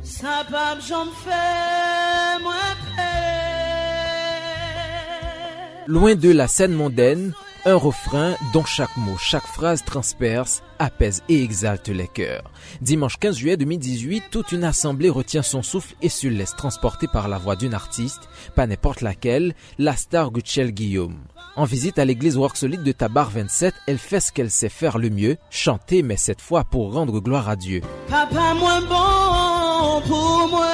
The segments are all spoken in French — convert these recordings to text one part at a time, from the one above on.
Ça pas j'en fais moi Loin de la scène mondaine, un refrain dont chaque mot, chaque phrase transperce, apaise et exalte les cœurs. Dimanche 15 juillet 2018, toute une assemblée retient son souffle et se laisse transporter par la voix d'une artiste, pas n'importe laquelle, la star Guccielle Guillaume. En visite à l'église Rock Solide de Tabar 27, elle fait ce qu'elle sait faire le mieux, chanter, mais cette fois pour rendre gloire à Dieu. Papa moins bon pour moi.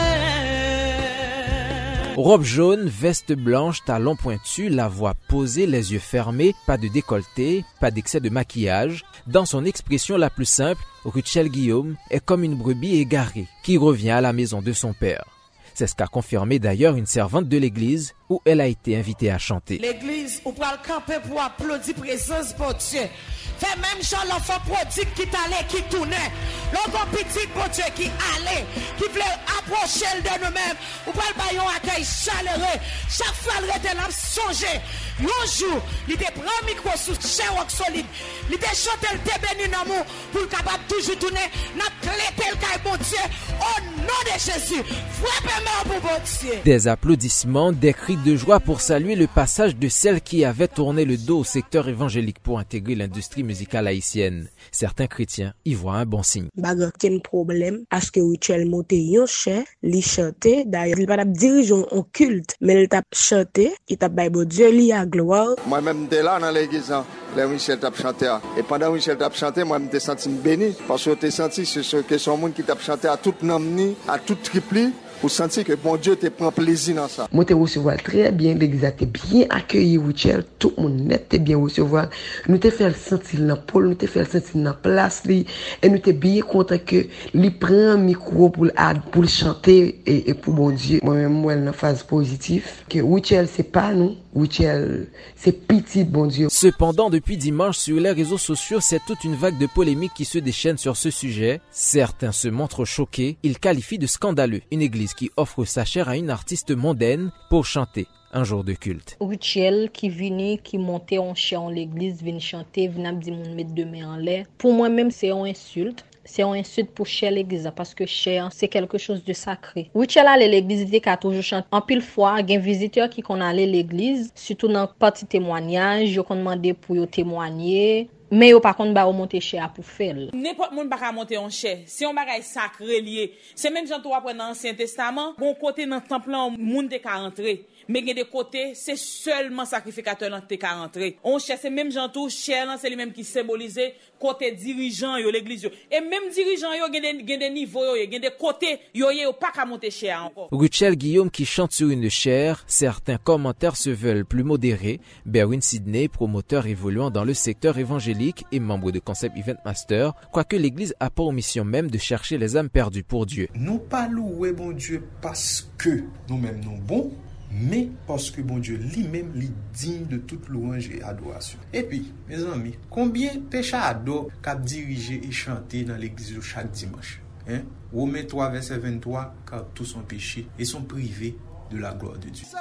Robe jaune, veste blanche, talons pointus, la voix posée, les yeux fermés, pas de décolleté, pas d'excès de maquillage. Dans son expression la plus simple, Guccielle Guillaume est comme une brebis égarée qui revient à la maison de son père. C'est ce qu'a confirmé d'ailleurs une servante de l'église où elle a été invitée à chanter. L'église, on peut le camper pour applaudir présence pour Dieu. Fait même genre l'enfant prodigue qui t'allait, qui tournait. L'enfant petit pour Dieu qui allait, qui voulait approcher de nous-mêmes. On peut le bailler un accueil chaleureux. Chaque fois, elle était là, songer. Un jour, il était prend un micro sous chez Rock Solide. Il était chanté, il était béni dans l'amour pour le capable toujours tourner. N'a clété le caille bon Dieu. Au nom de Jésus, frappez-moi pour bon Dieu. Des applaudissements, des cris de joie pour saluer le passage de celle qui avait tourné le dos au secteur évangélique pour intégrer l'industrie musicale haïtienne. Certains chrétiens y voient un bon signe. Baga ken problème parce que Guccielle monte yon chè, li chanter d'ailleurs il pas dirigeant en culte mais il t'a chanté, il t'a bail bon Dieu li a gloire. Moi-même j'étais là dans l'église là Michel t'a chanté et pendant Michel t'a chanté moi m'étais senti béni parce que t'es senti que son monde qui t'a chanté à toute namni, à toute tripli. Pour sentir que bon Dieu te prend plaisir dans ça. Moi te recevoir très bien, l'église a été bien accueilli Guccielle, tout le monde était bien recevoir. Nous te fait sentir dans Paul, nous te fait sentir dans place li et nous te bien content que lui prend un micro pour chanter et pour bon Dieu. Moi-même moi dans phase positive que Guccielle c'est pas nous, Guccielle c'est petit bon Dieu. Cependant, depuis dimanche sur les réseaux sociaux, c'est toute une vague de polémiques qui se déchaîne sur ce sujet. Certains se montrent choqués, ils qualifient de scandaleux une église qui offre sa chair à une artiste mondaine pour chanter un jour de culte. Guccielle qui vini, qui montait en chien en l'église, vient chanter, vient dire mon mettre de main en l'air. Pour moi-même, c'est une insulte. C'est une insulte pour cher l'église parce que cher c'est quelque chose de sacré. Guccielle allait l'église, il a toujours chanté. En pile fois, il y a un visiteur qui qu'on allait l'église, surtout dans petit témoignage, yo qu'on demandé pour yo témoigner. Mais yo par contre ba monter cher pour faire. N'importe monde pas monter en cher. Si on bagay sacré lié, c'est même gens toi prendre dans l'Ancien Testament, bon côté dans temple là monde te ka rentrer. Mais il y a des côtés, c'est seulement sacrificateur là te ka rentrer. On cher c'est même gens tout cher là c'est lui même qui symbolise côté dirigeant yo l'église yo. Et même dirigeant yo gen des niveaux yo, gen des côtés yo pas ka monter cher encore. Guccielle Guillaume qui chante sur une chair, certains commentaires se veulent plus modérés. Berwin Sidney, promoteur évoluant dans le secteur évangélique et membre de Concept Event Master, quoique l'église a pour mission même de chercher les âmes perdues pour Dieu. Nous pas louer bon Dieu parce que nous-mêmes nous bons, mais parce que bon Dieu lui-même est digne de toute louange et adoration. Et puis, mes amis, combien péchadors qu'a dirigé et chanté dans l'église chaque dimanche? Romains 3, verset 23, car tous sont péchés et sont privés de la gloire de Dieu.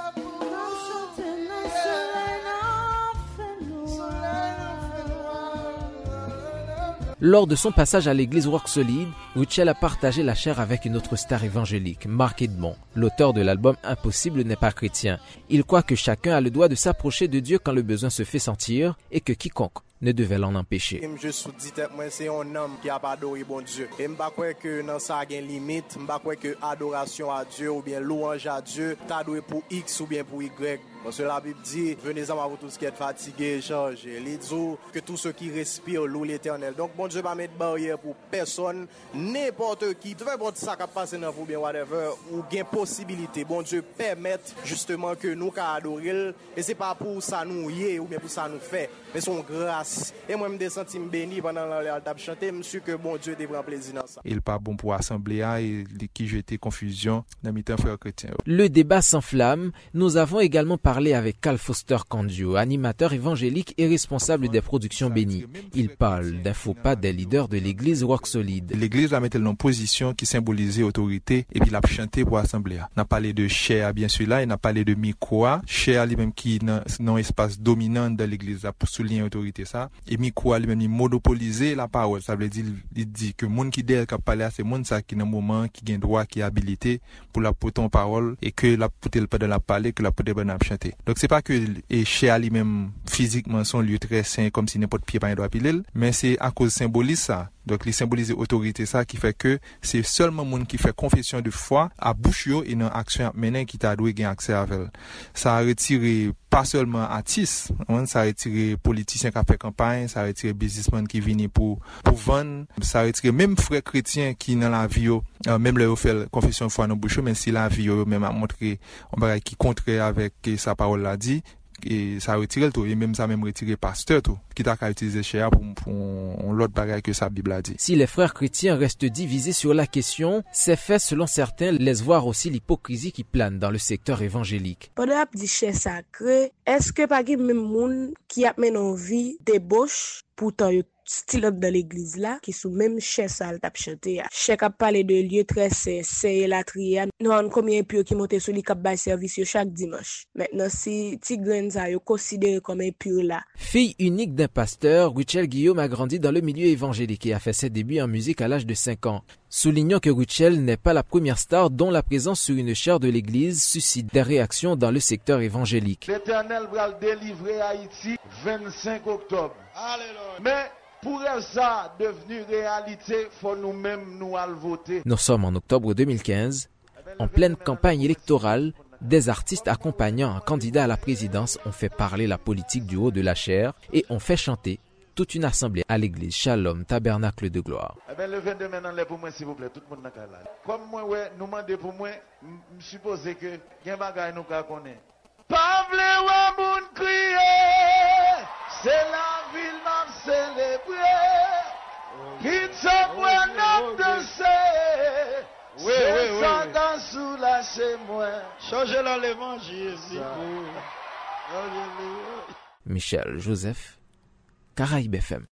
Lors de son passage à l'église Rock Solide, Guccielle a partagé la chair avec une autre star évangélique, Marc Edmond. L'auteur de l'album Impossible n'est pas chrétien. Il croit que chacun a le droit de s'approcher de Dieu quand le besoin se fait sentir et que quiconque ne devait l'en empêcher. Je suis dit moi c'est un homme qui a pas adoré bon Dieu. Et me pas croire que dans ça a une limite, me pas croire que adoration à Dieu ou bien louange à Dieu, t'as doué pour X ou bien pour Y. Parce que la Bible dit, venez à moi vous tous qui êtes fatigués, chargés. Il dit que tous ceux qui respirent louent l'Éternel. Donc bon Dieu va mettre barrière pour personne, n'importe qui, peu importe ça qui passe dans vous bien whatever, ou bien possibilité. Bon Dieu permette justement que nous qu'à adorer, et c'est pas pour ça nous y ou bien pour ça nous fait, mais son grâce. Et moi me senti béni pendant la table chanter, monsieur que bon Dieu te prend plaisir dans ça. Il pas bon pour assemblée et qui jeter confusion dans mes frères chrétiens. Le débat s'enflamme. Nous avons également parlé parlé avec Cal Foster Candio, animateur évangélique et responsable des productions bénies. Il parle d'un faux pas des leaders de l'église Rock Solid. L'église la mettait dans position qui symbolisait autorité et puis l'a chanté pour l'assemblée. On a parlé de Cher bien sûr là, et on a parlé de Mikoa. Cher lui-même qui dans espace dominant de l'église pour souligner autorité ça. Et Mikoa lui-même il monopoliser la parole. Ça veut dire il dit que monde qui dès qu'a parlé c'est monde ça qui dans moment qui gagne droit qui est habilité pour la porter en parole et que la peut pas de la parler que la peut pas chanter. Donc c'est pas que et Cher lui-même physiquement son lieu très saint comme si n'importe pied pas doit piler, mais c'est à cause symbolise ça. Donc, il symbolise autorité ça qui fait que c'est seulement monde qui fait confession de foi à bouche yo et dans action mener qui t'a doué gain accès avec. Ça a retiré pas seulement artistes, ça a retiré politiciens qui a fait campagne, ça a retiré businessmen qui viennent pour vendre, ça a retiré même frères chrétiens qui dans la vie même leur fait confession de foi dans bouche mais si la vie même a montré on va qui contraire avec sa parole l'a dit. Et ça retire tout et même ça même retiré pasteur tout qui t'a qu'à utiliser cher pour l'autre bagage que sa Bible a dit. Si les frères chrétiens restent divisés sur la question, ces faits selon certains laissent voir aussi l'hypocrisie qui plane dans le secteur évangélique. Pendant ap di chè sacré, est-ce que pas même moun qui a mené en vie débauche pourtant yo style dans l'église là qui sous même chè sal t'a chanté chè a parlé de lieu très saint c'est la tria non combien impur qui monter sur li k'ap bay service chaque dimanche maintenant si Tigren ça yo considéré comme impur là. Fille unique d'un pasteur, Ruchel Guillaume a grandi dans le milieu évangélique et a fait ses débuts en musique à l'âge de 5 ans. Soulignons que Ruchel n'est pas la première star dont la présence sur une chaire de l'église suscite des réactions dans le secteur évangélique. L'Éternel va le délivrer Haïti 25 octobre. Alléluia. Mais pour ça devenu réalité, faut nous-mêmes nous aller voter. Nous sommes en octobre 2015, en pleine campagne électorale. Des artistes accompagnant un candidat à la présidence ont fait parler la politique du haut de la chaire et ont fait chanter toute une assemblée à l'église Shalom Tabernacle de Gloire. Eh bien, le 22 maintenant, pour moi, s'il vous plaît, tout le monde n'a qu'à là. Comme moi, ouais, nous demandez pour moi, je suppose que il y a un bagage nous qu'à connaître. Pas vle wa moun crier, c'est la ville m'a célébré. Qui s'en voit nous danser. Oui. Sous la chez moi. Changez dans l'évangile. Michel Joseph, Caraïbes FM.